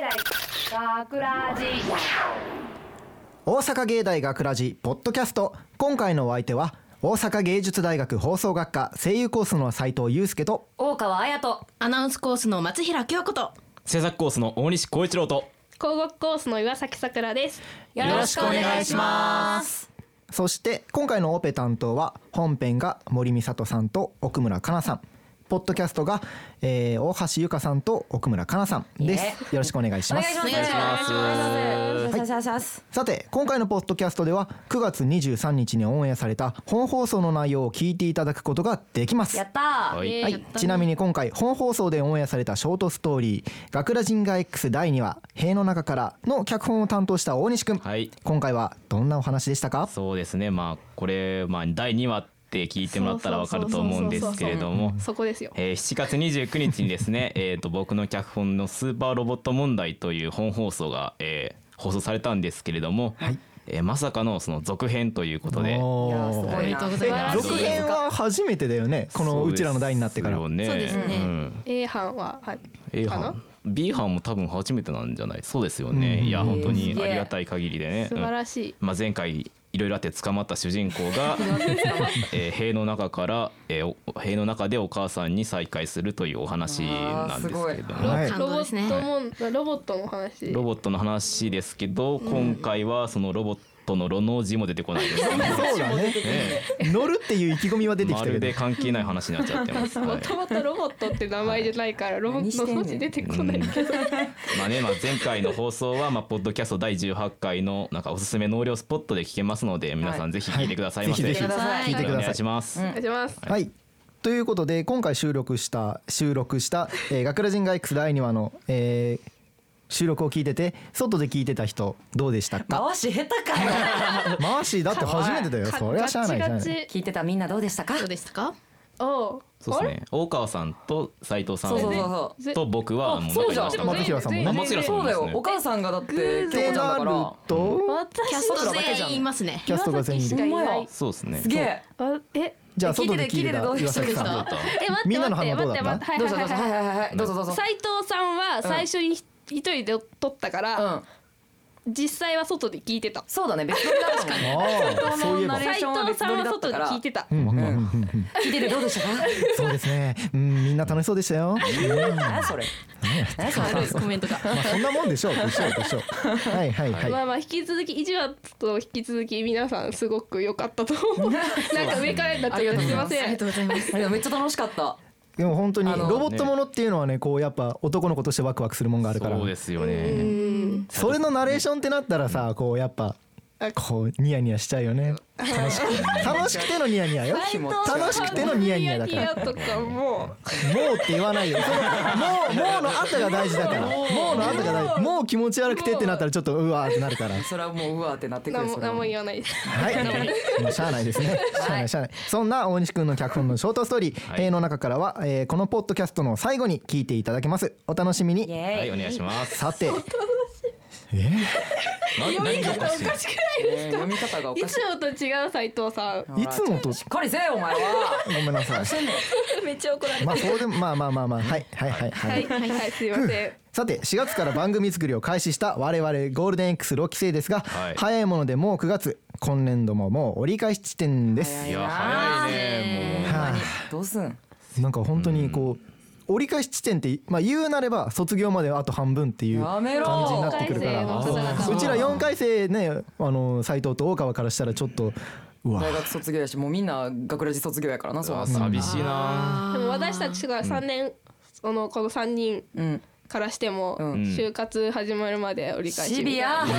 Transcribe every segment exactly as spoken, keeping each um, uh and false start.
大学ラジ大阪芸大学ラジポッドキャスト。今回のお相手は大阪芸術大学放送学科声優コースの斉藤祐介と大川彩とアナウンスコースの松平京子と制作コースの大西光一郎と工学コースの岩崎さくらです。 よろしくお願いします。 そして今回のオペ担当は本編が森美里さんと奥村かなさん、ポッドキャストが、えー、大橋由香さんと奥村かなさんです。よろしくお願いします。 お願いします。お願いします。 さて今回のポッドキャストではくがつにじゅうさんにちにオンエアされた本放送の内容を聞いていただくことができます。 やったー。 はい、 はい、ちなみに今回本放送でオンエアされたショートストーリー学ラジンガ X だいにわ塀の中からの脚本を担当した大西くん、 はい、 今回はどんなお話でしたか？ そうですね、まあこれ、まあ、だいにわって聞いてもらったら分かると思うんですけれども、 そこですよ。 えー、しちがつにじゅうくにちにですねえと僕の脚本のスーパーロボット問題という本放送が、えー、放送されたんですけれども、はい、えー、まさかのその続編ということで、 おいやすごいな。 ありがとうございます。 続編は初めてだよね、このうちらの代になってから。 そうですよね。 そうですね、 うん、 A 班は、はい、 A かな班 B 班も多分初めてなんじゃない？そうですよね、うん、いや本当にありがたい限りでね、 素晴らしい、 うん、まあ、前回いろいろあって捕まった主人公が、えー、塀の中から、えー、塀の中でお母さんに再会するというお話なんですけれども、 はい、 ロボットもロボットの話ロボットの話ですけど、今回はそのロボットのロの字も出てこないですね。 そうだね、乗るっていう意気込みは出てきたけどまるで関係ない話になっちゃってます。 もともとロボットって名前じゃないからロボットの文字出てこないけど、 まあね、まあ、前回の放送はまあポッドキャストだいじゅうはちかいのなんかおすすめ納涼スポットで聞けますので、皆さんぜひ聞いてくださいませ。 ぜひぜひ聞いてください。 お願いします。 お願いします。 はい、ということで今回収録した収録した、えー、学ラジンガ X だいにわの、えー収録を聞いてて外で聞いてた人どうでしたか？ 回し下手かよ。 回しだって初めてだよ。そりゃしゃあないじゃない。 聞いてたみんなどうでしたか？ どうでしたか？ おう、 そうですね、大川さんと斉藤さんそうそうそうそうと僕はもうそうじゃん仲良いました。 松平さんもね。 あ、松平さんそうだよ、 もですね。 お母さんがだって京子ちゃんだから。 とキャスト全員いますね。 キャストが全員いる。 岩崎しかいない。 そうですね。 すげえ。 あ、え、 じゃあ外で聞いてた岩崎さん。 え、待ってみんなの待って反応どうだった？ 待って待って、 どうぞどうぞ、 はははいいはいはいはい、どうぞどうぞ。 斉藤さんは最初に一人で撮ったかうら、 ん、 実際は外で聞いてた。 そうだね、別撮りだったもんね。 ああ、そういえば。 斉藤さんは外で聞いてた。 うんうんうんうん、 聞いてる、どうでしたか？ そうですね、うん、みんな楽しそうでしたよ。 何それ、何それ、 コメントが。 まあそんなもんでしょう。でしょうでしょう。はいはいはい。 まあまあ引き続きいじわと引き続き皆さんすごく良かったと思う。なんか上からになっちゃってすいません。 ありがとうございます。 めっちゃ楽しかった。 でも本当にあのロボットものっていうのはね、こうやっぱ男の子としてワクワクするもんがあるから。 そうですよね。 それのナレーションってなったらさ、こうやっぱこうニヤニヤしちゃうよね。楽しく楽しくてのニヤニヤよ。楽しくてのニヤニヤだから。 ニヤニヤとかももうって言わないよ。そのもうもうの後が大事だから。もうの後が大事。もう気持ち悪くてってなったらちょっとうわーってなるから。 それはもううわーってなってくる。 何も何も言わないです。 はい。もうしゃあないですね。しゃあないしゃあない。そんな大西くんの脚本のショートストーリー、 はい、 塀の中からは、えー、このポッドキャストの最後に聞いていただけます。お楽しみに。 はい、お願いします。 さて。え読み方おかしくないですか？ 読み方がおかしい。 いつもと違う斉藤さん。 いつもとしっかりせえお前は。 ごめんなさい。 めっちゃ怒られてる。 まあそうでもまあまあまあまあはいはいはいははいいはいはい、すいません。 さてしがつから番組作りを開始した我々ゴールデン X ろっき生ですが、 はい、 早いものでもうくがつ、今年度ももう折り返し地点です。 いや早いね。もう、 はあ、 どうすん。 なんか本当にこう折り返し地点って、まあ、言うなれば卒業まであと半分っていう感じになってくるから、うちらよんかい生ね、あの斉藤と大川からしたらちょっとうわ大学卒業やし、もうみんな学ラジ卒業やからな。そう寂しいな。 でも私たちがさんねん、そのこのさんにんからしても、うん、就活始まるまで折り返しシビア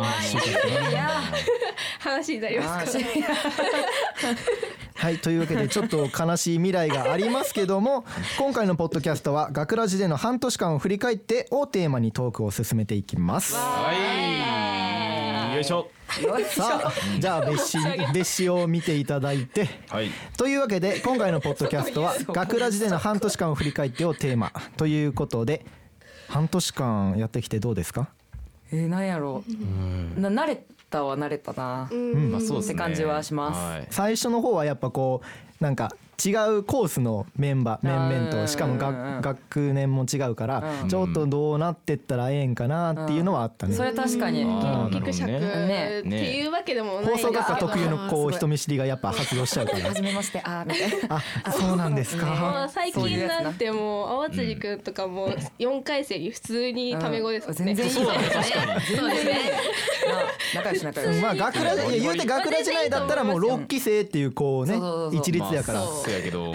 話になりますから。 はい、というわけでちょっと悲しい未来がありますけども、今回のポッドキャストは学ラジでの半年間を振り返ってをテーマにトークを進めていきます。 はい、よいしょ。 さあじゃあ別紙別紙を見ていただいて、 はい、 というわけで今回のポッドキャストは学ラジでの半年間を振り返ってをテーマということで、半年間やってきてどうですか？ えー、なんやろう、な慣れは慣れたな、 うん、まあそうですね、 って感じはします、 はい、 最初の方はやっぱこうなんか違うコースのメンバー面々としかも学学年も違うからちょっとどうなってったらええんかなっていうのはあったね。 それ確かにギクシャクっていうわけでもない。 放送学科特有のこう人見知りがやっぱ発動しちゃうから。 初めましてあみたいな。 あそうなんですか。 最近なんてもう淡辻くんとかもよんかい生に普通にタメ語ですね。 全然いいよね。 そうですね。 仲良し仲良し。 まあ学ラジ言うて学ラジ内だったらもうろっき生っていうこうね一律やから。 そうやけど。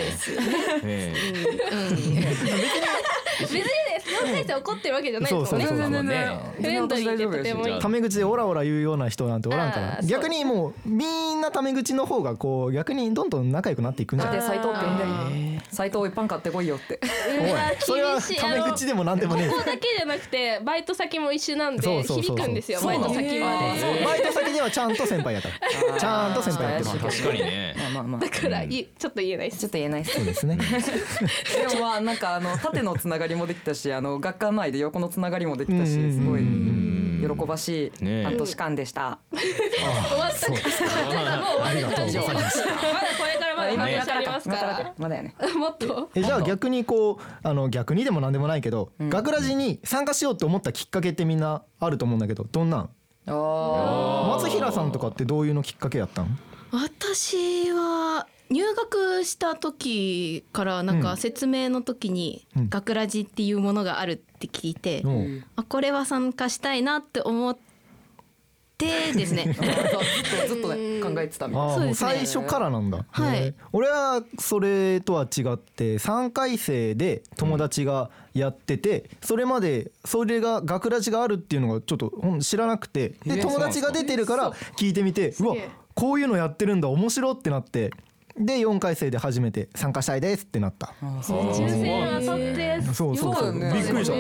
別にですよんかい生怒ってるわけじゃないですもんね。 そうそうそうフレンドリーでとてもいい。 タメ口でオラオラ言うような人なんておらんから逆にもうみんなタメ口の方がこう逆にどんどん仲良くなっていくんじゃない。 斉藤って呼んでいい？斉藤一般買ってこいよって。 おいそれはタメ口でもなんでもねえ。 ここだけじゃなくてバイト先も一緒なんで響くんですよ。バイト先まで。 バイト先ではちゃんと先輩やからちゃんと先輩やってます。 確かにね。 だからちょっと言えないです。 ちょっと言えないです。 そうですね。 でもまあなんかあの縦のつながりもできたしあの学科内で横のつながりもできたしすごい喜ばしい半年間でした。 終わったか。 ありがとうございます。 まだこれからまだ半年ありますから。 まだやね。 もっと。 えじゃあ逆にこうあの逆にでもなんでもないけど学ラジに参加しようと思ったきっかけってみんなあると思うんだけどどんなん？松平さんとかってどういうのきっかけやったん？ 私は入学した時からなんか説明の時に学ラジっていうものがあるって聞いて、うん、あこれは参加したいなって思ってですね。 ずっとずっとね考えてたみたいな。 あ、もう最初からなんだ。 はい。 俺はそれとは違ってさんかい生で友達がやってて、それまでそれが学ラジがあるっていうのがちょっと知らなくて、で友達が出てるから聞いてみて、うわこういうのやってるんだ面白ってなって。でよんかい生で初めて参加したいですってなった。 抽選は当たってそうそうそう、びっくりした。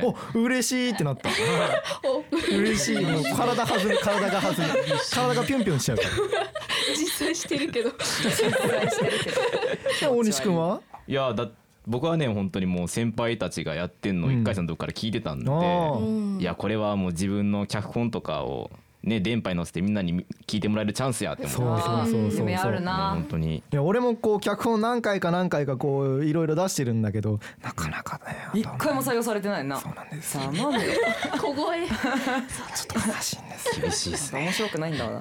お嬉しいってなった。嬉しい。もう体弾む体が弾む体がピョンピョンしちゃうから。 実際してるけど。実際してるけど。大西くんは？ いやだ僕はね本当にもう先輩たちがやってんのをいっかい生のとこから聞いてたんで、うん、いやこれはもう自分の脚本とかをね、電波に乗せてみんなに聞いてもらえるチャンスやって思って。 そうそうそうそう。 夢あるな。 本当に。 いや俺もこう脚本何回か何回かこういろいろ出してるんだけどなかなかね。 一回も採用されてないな。 そうなんです。 さあなんで？ 小声。 ちょっと難しいんです。 厳しいですね。 面白くないんだわ。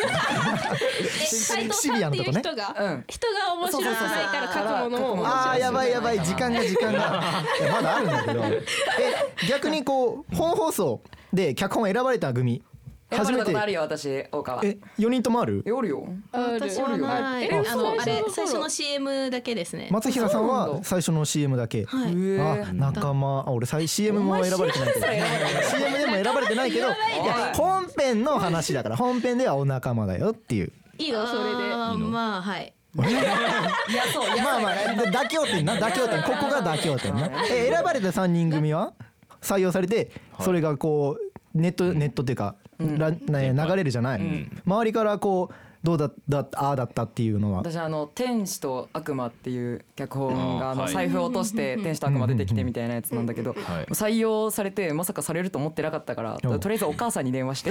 斉藤さんっていう人が、うん、人が面白くないから書くものも。 ああやばいやばい時間が時間がまだあるんだけど。え逆にこう本放送で脚本選ばれた組。 初めてあるよ私大川。 えよにんともある？ えおるよ。 私はない。あのあれ最初の シーエム だけですね。 松平さんは最初の シーエム だけ。あ仲間あ俺 シーエム も選ばれてないけど シーエム でも選ばれてないけど本編の話だから本編ではお仲間だよっていう。 いいのそれで。 まあはい。 いやそうまあまあ妥協点な妥協点ここが妥協点な。え選ばれたさんにん組は採用されてそれがこうネットネットっていうか。うん、ね、流れるじゃない、うん、周りからこうどうだだああだったっていうのは私あの天使と悪魔っていう脚本があの財布を落として天使と悪魔出てきてみたいなやつなんだけど採用されてまさかされると思ってなかったからとりあえずお母さんに電話して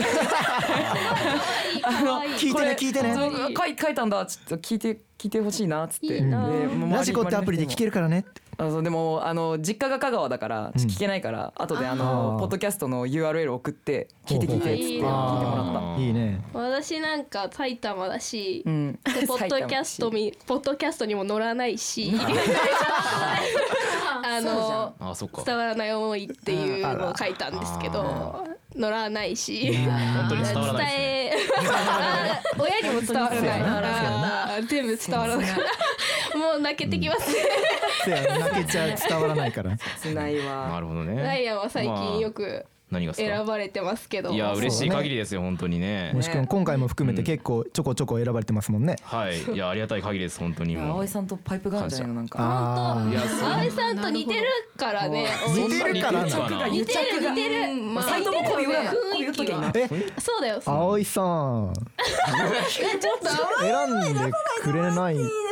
聞いてね聞いてね書いたんだちょっと聞いて聞いてほしいなっつって、うん、 ラジコってアプリで聞けるからねあそうでもあの実家が香川だから聞けないから、うん、後であのポッドキャストの ユーアールエル 送って聞いて聞いてっつって聞いてもらった。 いいね。 私なんか埼玉だし、うん、ポッドキャストみポッドキャストにも乗らないし、あのあそっか伝わらない思いっていうのを書いたんですけど。乗らないし本当に伝わらないですね。 親にも伝わらない全部伝わらないからもう泣けてきますね。 泣けちゃ伝わらないから切ないわ。 なるほどね。 ダイアンは最近よく何が選ばれてますけど、 いや嬉しい限りですよ本当にね。 もしくは今回も含めて結構ちょこちょこ選ばれてますもんね。 はいいやありがたい限りです本当に。 葵さんとパイプがあるんじゃないのなんか。 本当葵さんと似てるからね。 似てるからな。 似てる似てる。 サイトもこういう雰囲気が。 えそうだよ。 葵さん。 ちょっと選んでくれない。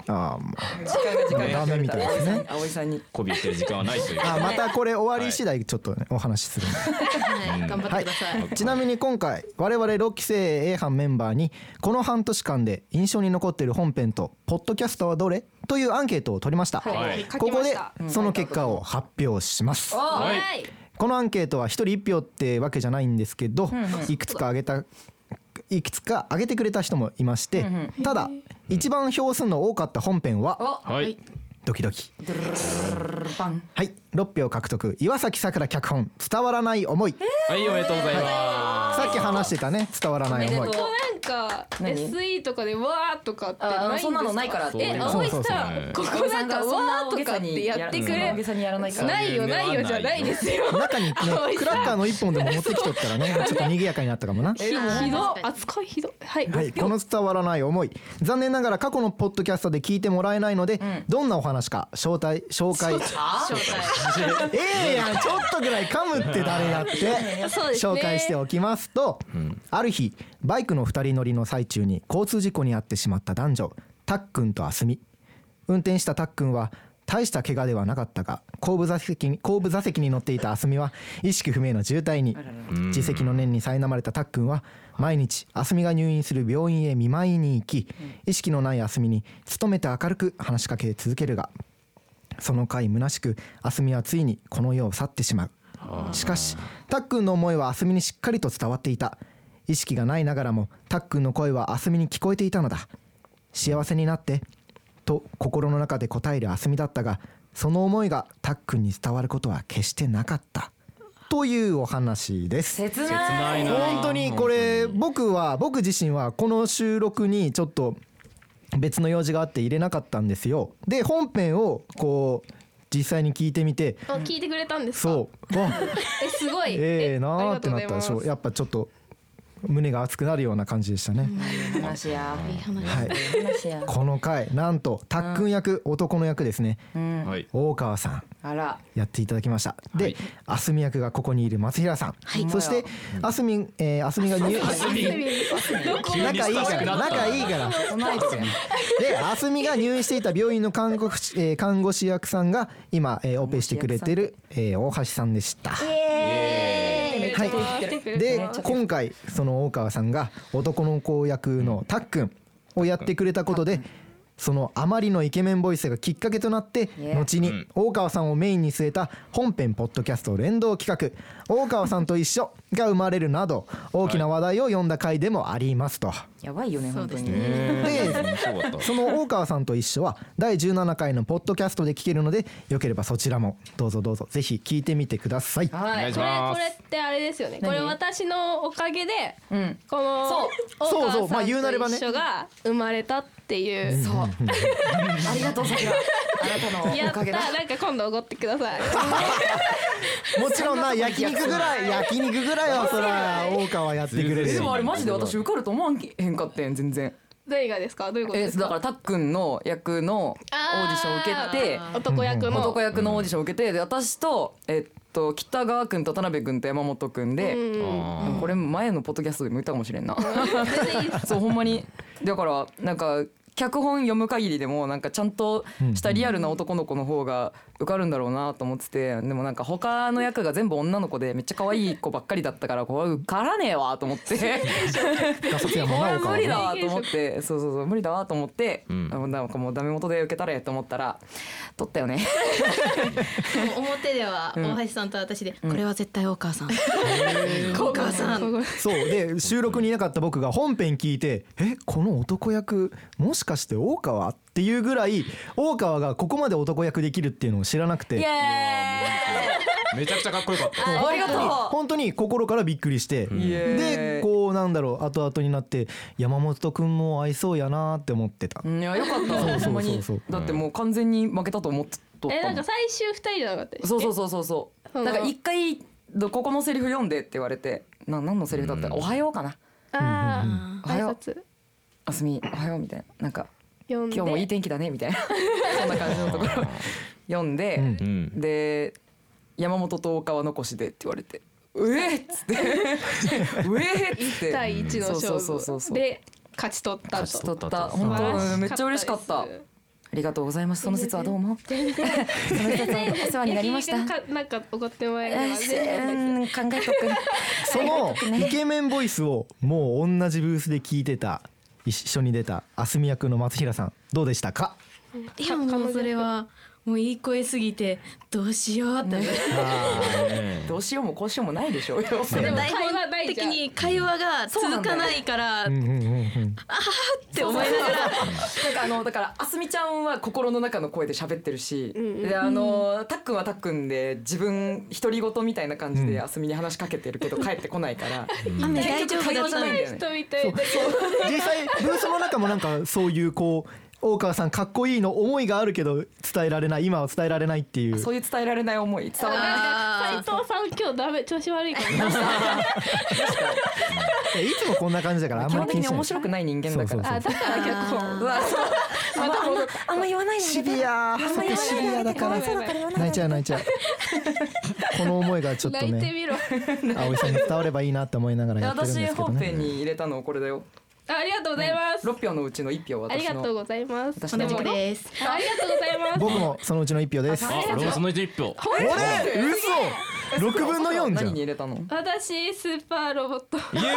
ああまあ時間が時間がダメみたいですね。 葵さんにこびってる時間はないという。 あまたこれ終わり次第ちょっとねお話しするんではい、頑張ってください。 ちなみに今回我々ろっき生 A 班メンバーにこの半年間で印象に残っている本編とポッドキャストはどれというアンケートを取りました、 はい、 ここでその結果を発表します、 はい、 このアンケートはひとりいち票ってわけじゃないんですけど、いくつか挙げたいくつか挙げてくれた人もいまして、ただ一番票数の多かった本編ははいドキドキはいろっ票獲得岩崎さくら脚本伝わらない思い、 はいおめでとうございます。 さっき話してたね伝わらない思い。 なんか エスイー とかでわーとかってないんですか？ そんなのないからって。 え、葵さんここなんかわーとかってやってくれ。ないよないよじゃないですよ。 中にねクラッカーの一本でも持ってきとったらねちょっと賑やかになったかもな。 ひど扱いひどはい、 はい、この伝わらない思い残念ながら過去のポッドキャストで聞いてもらえないので、うん、どんなお話か紹介紹介ええやんちょっとぐらい噛むって誰やって紹介しておきますと、うん、ある日バイクのふたり乗りの最中に交通事故に遭ってしまった男女たっくんとあすみ。運転したたっくんは大した怪我ではなかったが後部座席に、後部座席に乗っていたあすみは意識不明の重体に。自責の念に苛まれたたっくんは毎日あすみが入院する病院へ見舞いに行き、意識のないあすみに努めて明るく話しかけ続けるが、その回虚しくあすみはついにこの世を去ってしまう。しかしたっくんの思いはあすみにしっかりと伝わっていた。意識がないながらもたっくんの声はあすみに聞こえていたのだ。幸せになってと心の中で答えるあすみだったが、その思いがたっくんに伝わることは決してなかったというお話です。 切ないな。 本当にこれ僕は僕自身はこの収録にちょっと別の用事があって入れなかったんですよ。で本編をこう実際に聞いてみて、 あ聞いてくれたんですか？ そうえすごいええなーってなったでしょ。やっぱちょっと胸が熱くなるような感じでしたね。 話や、 はい、この回なんとたっくん役、うん、男の役ですね、うん、大川さんあらやっていただきました。で、はい、あすみ役がここにいる松平さん、はい、そしてあすみ、えー、あすみが入仲いいから仲いいからであすみが入院していた病院の看護師、えー、看護師役さんが今、えー、オペしてくれてる、えー、大橋さんでした。はい、で今回その大川さんが男の子役のたっくんをやってくれたことで、そのあまりのイケメンボイスがきっかけとなって後に大川さんをメインに据えた本編ポッドキャスト連動企画大川さんと一緒が生まれるなど大きな話題を呼んだ回でもありますと。 やばいよね本当に。 でその大川さんと一緒はだいじゅうななかいのポッドキャストで聞けるので、よければそちらもどうぞどうぞぜひ聞いてみてください。 はい、これこれってあれですよね。これ私のおかげで、うん、この大川さんと一緒が生まれたっていう。 そうありがとうさくら、あなたのおかげだ。 やった、なんか今度おごってください。 もちろんな焼肉ぐらい焼肉ぐらいはそら大川やってくれる。 でもあれマジで私受かると思わへんかってん全然。 誰がですか？どういうことですか？ えだからたっくんの役のオーディションを受けて、 男役の男役のオーディションを受けて、で私とえっと北川くんと田辺くんと山本くんで、これ前のポッドキャストでも言ったかもしれんな。そうほんまにだからなんか脚本読む限りでもなんかちゃんとしたリアルな男の子の方が受かるんだろうなと思ってて、でもなんか他の役が全部女の子でめっちゃ可愛い子ばっかりだったからこれ受からねえわと思ってこれ無理だわと思ってそうそうそう無理だわと思って、うん、なんかもうダメ元で受けたれと思ったら取ったよね。 表では大橋さんと私で、うん、これは絶対大川さん大川さんそうで収録にいなかった僕が本編聞いてえこの男役もしかして大川っていうぐらい大川がここまで男役できるっていうのを知らなくて、 イエーイめちゃくちゃかっこよかった。 ありがとう。 本当に心からびっくりして、でこうなんだろう後々になって山本くんも合いそうやなって思ってた。 いやよかったほんまに。だってもう完全に負けたと思ってとったもん。 えなんか最終ふたりじゃなかったです。 そうそうそうそうそうなんか一回ここのセリフ読んでって言われてな何のセリフだったらおはようかな。 ああ挨拶あすみおはようみたいななんか今日もいい天気だねみたいなそんな感じのところ読んで、うん、で山本と大川残しでって言われてうえっつってうえっつっていち対いちの勝負で勝ち取ったと。 勝ち取った本当めっちゃ嬉しかった。 りがとうございます。その説はどうも。その説はお世話になりました。 なんかおごってもらえればうん考えとく。 そのイケメンボイスをもう同じブースで聞いてた一緒に出たあすみ役の松平さんどうでしたか？ いやもうそれはもういい声すぎてどうしようってどうしようもこうしようもないでしょうよ。 でも台本的に会話が続かないからあーって思いながらなんかあのだからあすみちゃんは心の中の声で喋ってるし、であのたっくんはたっくんで自分独り言みたいな感じであすみに話しかけてるけど帰ってこないから雨大丈夫だったんだよね。 人みたいだけど実際ブースの中もなんかそういうこう大川さんかっこいいの思いがあるけど伝えられない今は伝えられないっていうそういう伝えられない思い伝わらない。 斉藤さん今日ダメ調子悪いからいやいつもこんな感じだからあん基まり気にしない本的に面白くない人間だから。 あだから結構うわそうあんまあんまあんま言わないでシビアそこシビアだから泣いちゃう泣いちゃうこの思いがちょっとね泣いてみろ葵さんに伝わればいいなって思いながらやってるんですけど私本編ねに入れたのこれだよ。 ありがとうございます、 ろっぴょうのうちのいっぴょう私の。 ありがとうございます私のお願いですありがとうございます僕もそのうちの一票ですあ俺もそのうち一票。 俺嘘ろくぶんのよんじゃ何んに入れたの？ 私スーパーロボットイエーイ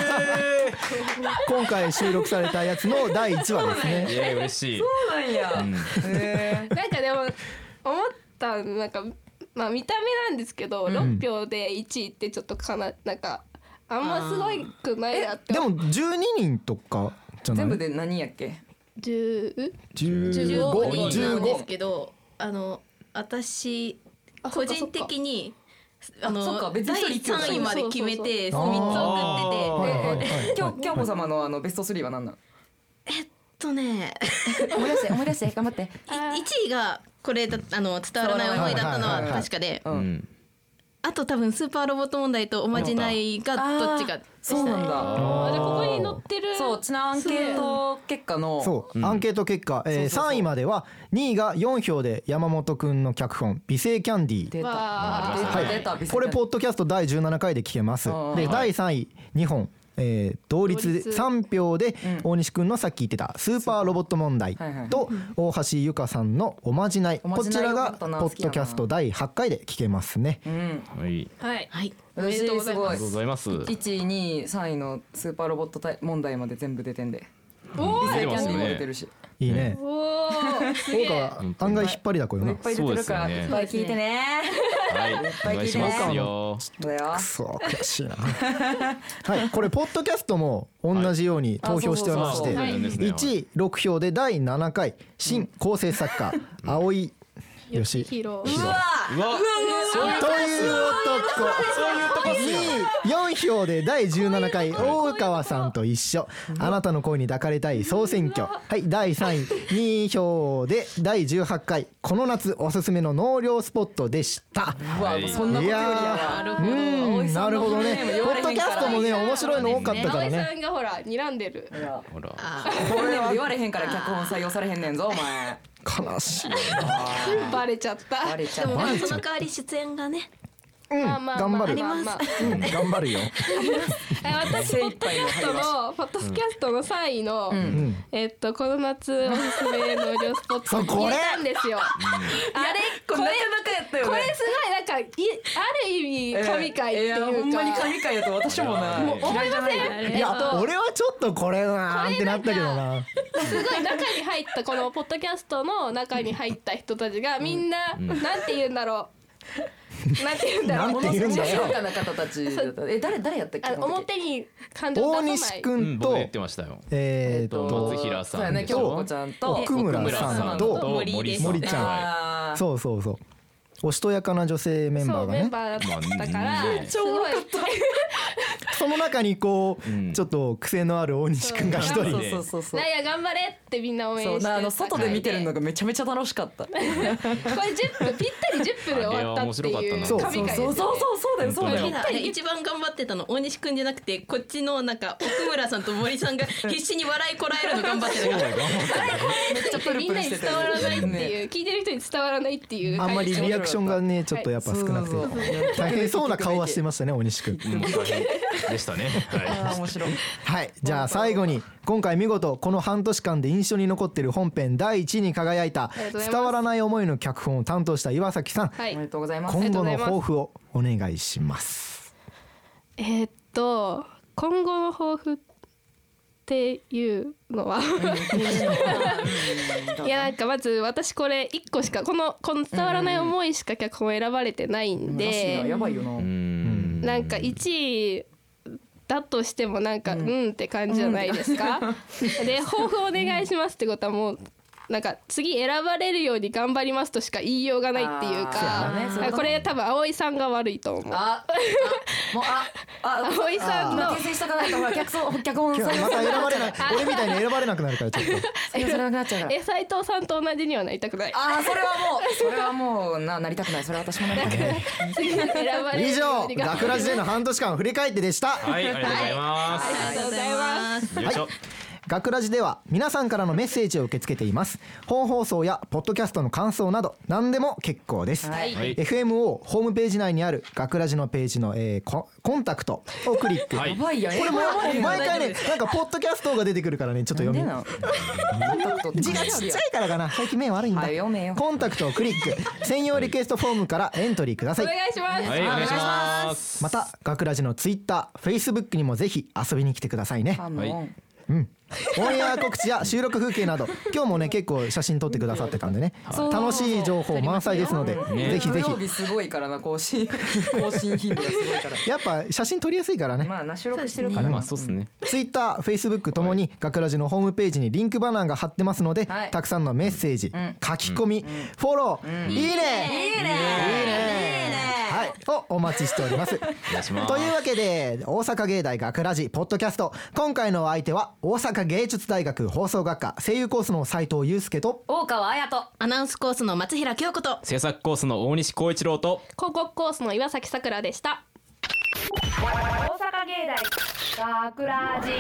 今回収録されたやつのだいいちわですねイエーイ嬉しい。 そうなんや。へなんかでも思ったなんかまあ見た目なんですけど、 んろっぴょうでいちいってちょっとかななんかあんますごいくないなってでもじゅうににんとかじゃない全部で何やっけ？ じゅうじゅうじゅうごごにんじゅうんごなですけどあの私あ個人的にあのそっか別に一人一票だいさんいまで決めてみっつあー送はいっててはいはい今日京子様のあのベストスリーは何なん？ えっとね思い出して思い出して頑張って。 いいちいがこれだあの伝わらない思いだったのは確かでう。 うんん。 あと多分スーパーロボット問題とおまじないがどっちかでしたそうなんだ。 あじゃあここに載ってるそうちなアンケート結果のそうアンケート結果えーそうそうそうさんいまではにいがよんひょうで山本くんの脚本美声キャンディー出たわ出はいた出たこれポッドキャストだいじゅうななかいで聞けますうんでだいさんいにほんえー同率同率さんぴょうで大西くんのさっき言ってたスーパーロボット問題はいはいと大橋ゆかさんのおまじないおまじないこちらがよかったなポッドキャストだいはちかいで聞けますねうんはい。 はいはいおめでとうございますありがとうございます。 いち、に、さんいのスーパーロボット対問題まで全部出てんでお美声キャンディーも出てますね出てるしいいねおーすげ大え川案外引っ張りだこよないっぱい出てるからそうですよねいっぱい聞いてね。 はい。お願いしますよ。 そうだよく。そ悔しいなはいこれポッドキャストも同じように投票しておりましてはいあそうそうそういちいろくひょうでだいななかい新構成作家青井よしヒーローうわうわ。 という男によんひょうでだいじゅうななかい大川さんと一緒あなたの声に抱かれたい総選挙はいだいさんいにひょうでだいじゅうはちかいこの夏おすすめの納涼スポットでしたうわはいそんなことよりやいやわ。 なるほどうんなるほどねポッドキャストもね面白いの多かったから葵ねさんがほら睨んでるいやほら。 あこれ言われへんから脚本採用されへんねんぞお前。 悲しいバレちゃったバレちゃうーでもまあその代わり出演がねうんまあまあ頑張るまあまあうん頑張るよえ私ポッドキャストのポッドキャストのさんいの、 うんえっとこの夏おすすめの量スポットそうこれ入れたんですよ。あれこれこれなかなかやったよね。 これすごいなんかいある意味神回っていうか、 えーほんまに神回やと私もなもう嫌いじゃないよ。 いや俺はちょっとこれなーんってなったけどなすごい中に入ったこのポッドキャストの中に入った人たちがみんな、なんて言うんだろうなんて言うんだろうなんて言うんだよ静かな方たちだった。え誰誰やったっけ？ あの表に感情大出さない西くうんん、僕と言ってましたよ。 えーと松平さんそうやねでしょ京子ちゃんと奥村さんと森です森ちゃんあーそうそうそうおしとやかな女性メンバそうーがねメンバーだったから、 まあねすごいその中にこう、 うんちょっと癖のある大西くんが一そう人そうそうそうそうなんや頑張れってみんな応援してそうなあの外で見てるのががめちゃめちゃ楽しかった。 これじゅっぷんぴったったりじゅっぷんで終わったっていうそう神回ですよね。 そうそうそうそうだよそうだよ。 あれ一番頑張ってたの大西くんじゃなくてこっちのなんか奥村さんと森さんが必死に笑いこらえるの頑張ってたからめっちゃプルみんなにプルして伝わらないってねいう聞いてる人に伝わらないっていうあんまりリアクションがねちょっとやっぱ少なくそうそうそうて大変そうな顔はしてましたね大西くん。 うん大変でしたね。はあー面白い。 はいじゃあ最後に今回見事この半年間で印象に残っている本編だいいちいに輝いたりがとうございます伝わらない思いの脚本を担当した岩崎さん、 はいおめでとうございます。 今後の抱負をお願いします。 えーっと今後の抱負っていうのはいやなんかまず私これいっこしかこのこの伝わらない思いしか脚本選ばれてないんなしでがやばいよな。 い。うんなんかいちいだとしてもなんかうんって感じじゃないですか。で抱負お願いしますってことはもうなんか次選ばれるように頑張りますとしか言いようがないっていうあーそうだねそういうことかこれ多分葵さんが悪いと思う。 あ、あもうあ、あ、 葵さんの訂正しとかないとほら脚本脚本今日また選ばれない俺みたいに選ばれなくなるからちょっと採用されなくなっちゃうから。 え斉藤さんと同じにはなりたくない。 あーそれはもうそれはもうななりたくないそれは私もなりたくない。 次選ばれる以よ上うに頑張学ラジでの半年間振り返ってでした。 はい、ありがとうございます。 ありがとうございます。 よいしょ。 学ラジでは皆さんからのメッセージを受け付けています。本放送やポッドキャストの感想など何でも結構です、 はいはいエフエムオー ホームページ内にある学ラジのページの、えーコ、コンタクトをクリック、 はいやばいやん。 これもえ毎回ねなんかポッドキャストが出てくるからねちょっと読みなんでなんコンタクトって字がちっちゃいからかな最近目悪いんだ、 はい読めよコンタクトをクリック専用リクエストフォームからエントリーください。 お願いします。 はい、お願いします。 また学ラジのツイッター、フェイスブックにもぜひ遊びに来てくださいね。 あもうはいオンエア告知や収録風景など今日もね結構写真撮ってくださってたんでねそう楽しい情報満載ですので、 ねぜひぜひ土曜日すごいからな更新更新頻度がすごいから。 やっぱ写真撮りやすいからね、 まあな収録してるからまあ、そうっすね。 ツイッター、フェイスブックともに学ラジのホームページにリンクバナーが貼ってますので、 はいたくさんのメッセージ、書き込み、フォロー、いいね、いいね、いいね、はい、をお待ちしております。 お願いします。 というわけで大阪芸大学ラジポッドキャスト、今回のお相手は大阪芸術大学放送学科声優コースの斉藤祐介と大川彩とアナウンスコースの松平京子と制作コースの大西光一郎と広告コースの岩崎さくらでした。 大阪芸大学ラジ。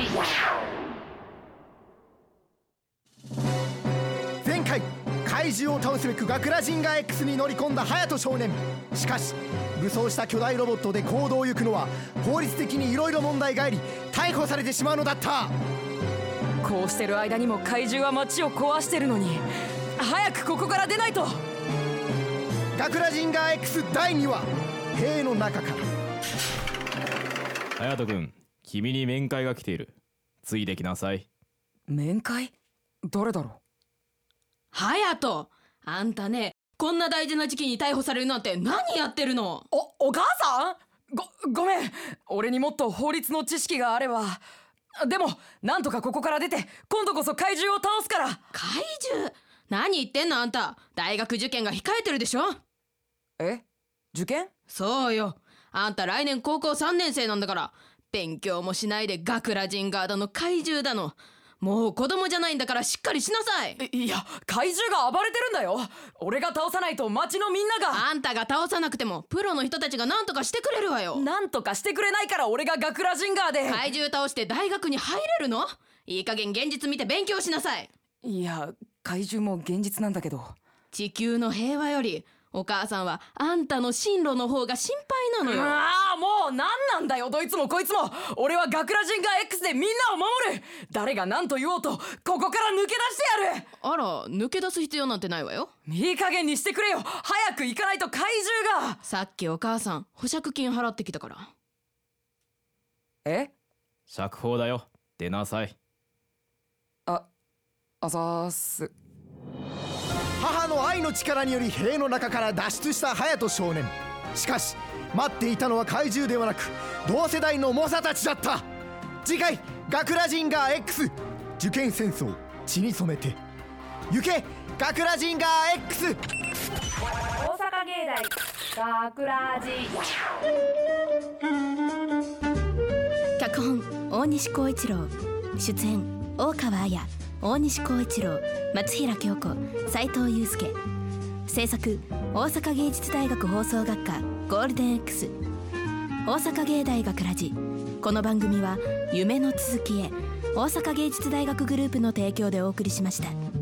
前回怪獣を倒すべく学ラジンガー X に乗り込んだ隼人少年。しかし武装した巨大ロボットで行動を行くのは法律的にいろいろ問題があり逮捕されてしまうのだった。 こうしてる間にも怪獣は街を壊してるのに早くここから出ないと。 学ラジンガー X だいにわ塀の中から。 隼人君、君に面会が来ている。ついてきなさい。 面会？誰だろう。 隼人あんたねこんな大事な時期に逮捕されるなんて何やってるの。 お、お母さん？ご、ごめん。俺にもっと法律の知識があれば。でも、なんとかここから出て、今度こそ怪獣を倒すから。 怪獣何言ってんのあんた。大学受験が控えてるでしょ。 え？受験？ そうよ。あんた来年高校さんねん生なんだから勉強もしないで学ラジンガーだの怪獣だの。もう子供じゃないんだからしっかりしなさい。 いや、怪獣が暴れてるんだよ。俺が倒さないと町のみんなが。 あんたが倒さなくてもプロの人たちが何とかしてくれるわよ。 なんとかしてくれないから俺が学ラジンガーで。 怪獣倒して大学に入れるの？いい加減現実見て勉強しなさい。 いや、怪獣も現実なんだけど。 地球の平和よりお母さんはあんたの進路の方が心配なのよ。 ああ、もうなんなんだよ、どいつもこいつも。俺は学ラジンガー X でみんなを守る。誰が何と言おうとここから抜け出してやる。 あら、抜け出す必要なんてないわよ。 いい加減にしてくれよ。早く行かないと怪獣が。 さっきお母さん保釈金払ってきたから。 え？ 釈放だよ。出なさい。 あ、あざーす。 母の愛の力により塀の中から脱出した隼人少年。しかし待っていたのは怪獣ではなく同世代の猛者たちだった。次回学ラジンガー X 受験戦争血に染めて行け学ラジンガー X。 大阪芸大学ラジ。 脚本大西光一郎、出演大川彩、大西光一郎、松平京子、斉藤祐介。 制作大阪芸術大学放送学科ゴールデン X 大阪芸大学ラジ。この番組は夢の続きへ大阪芸術大学グループの提供でお送りしました。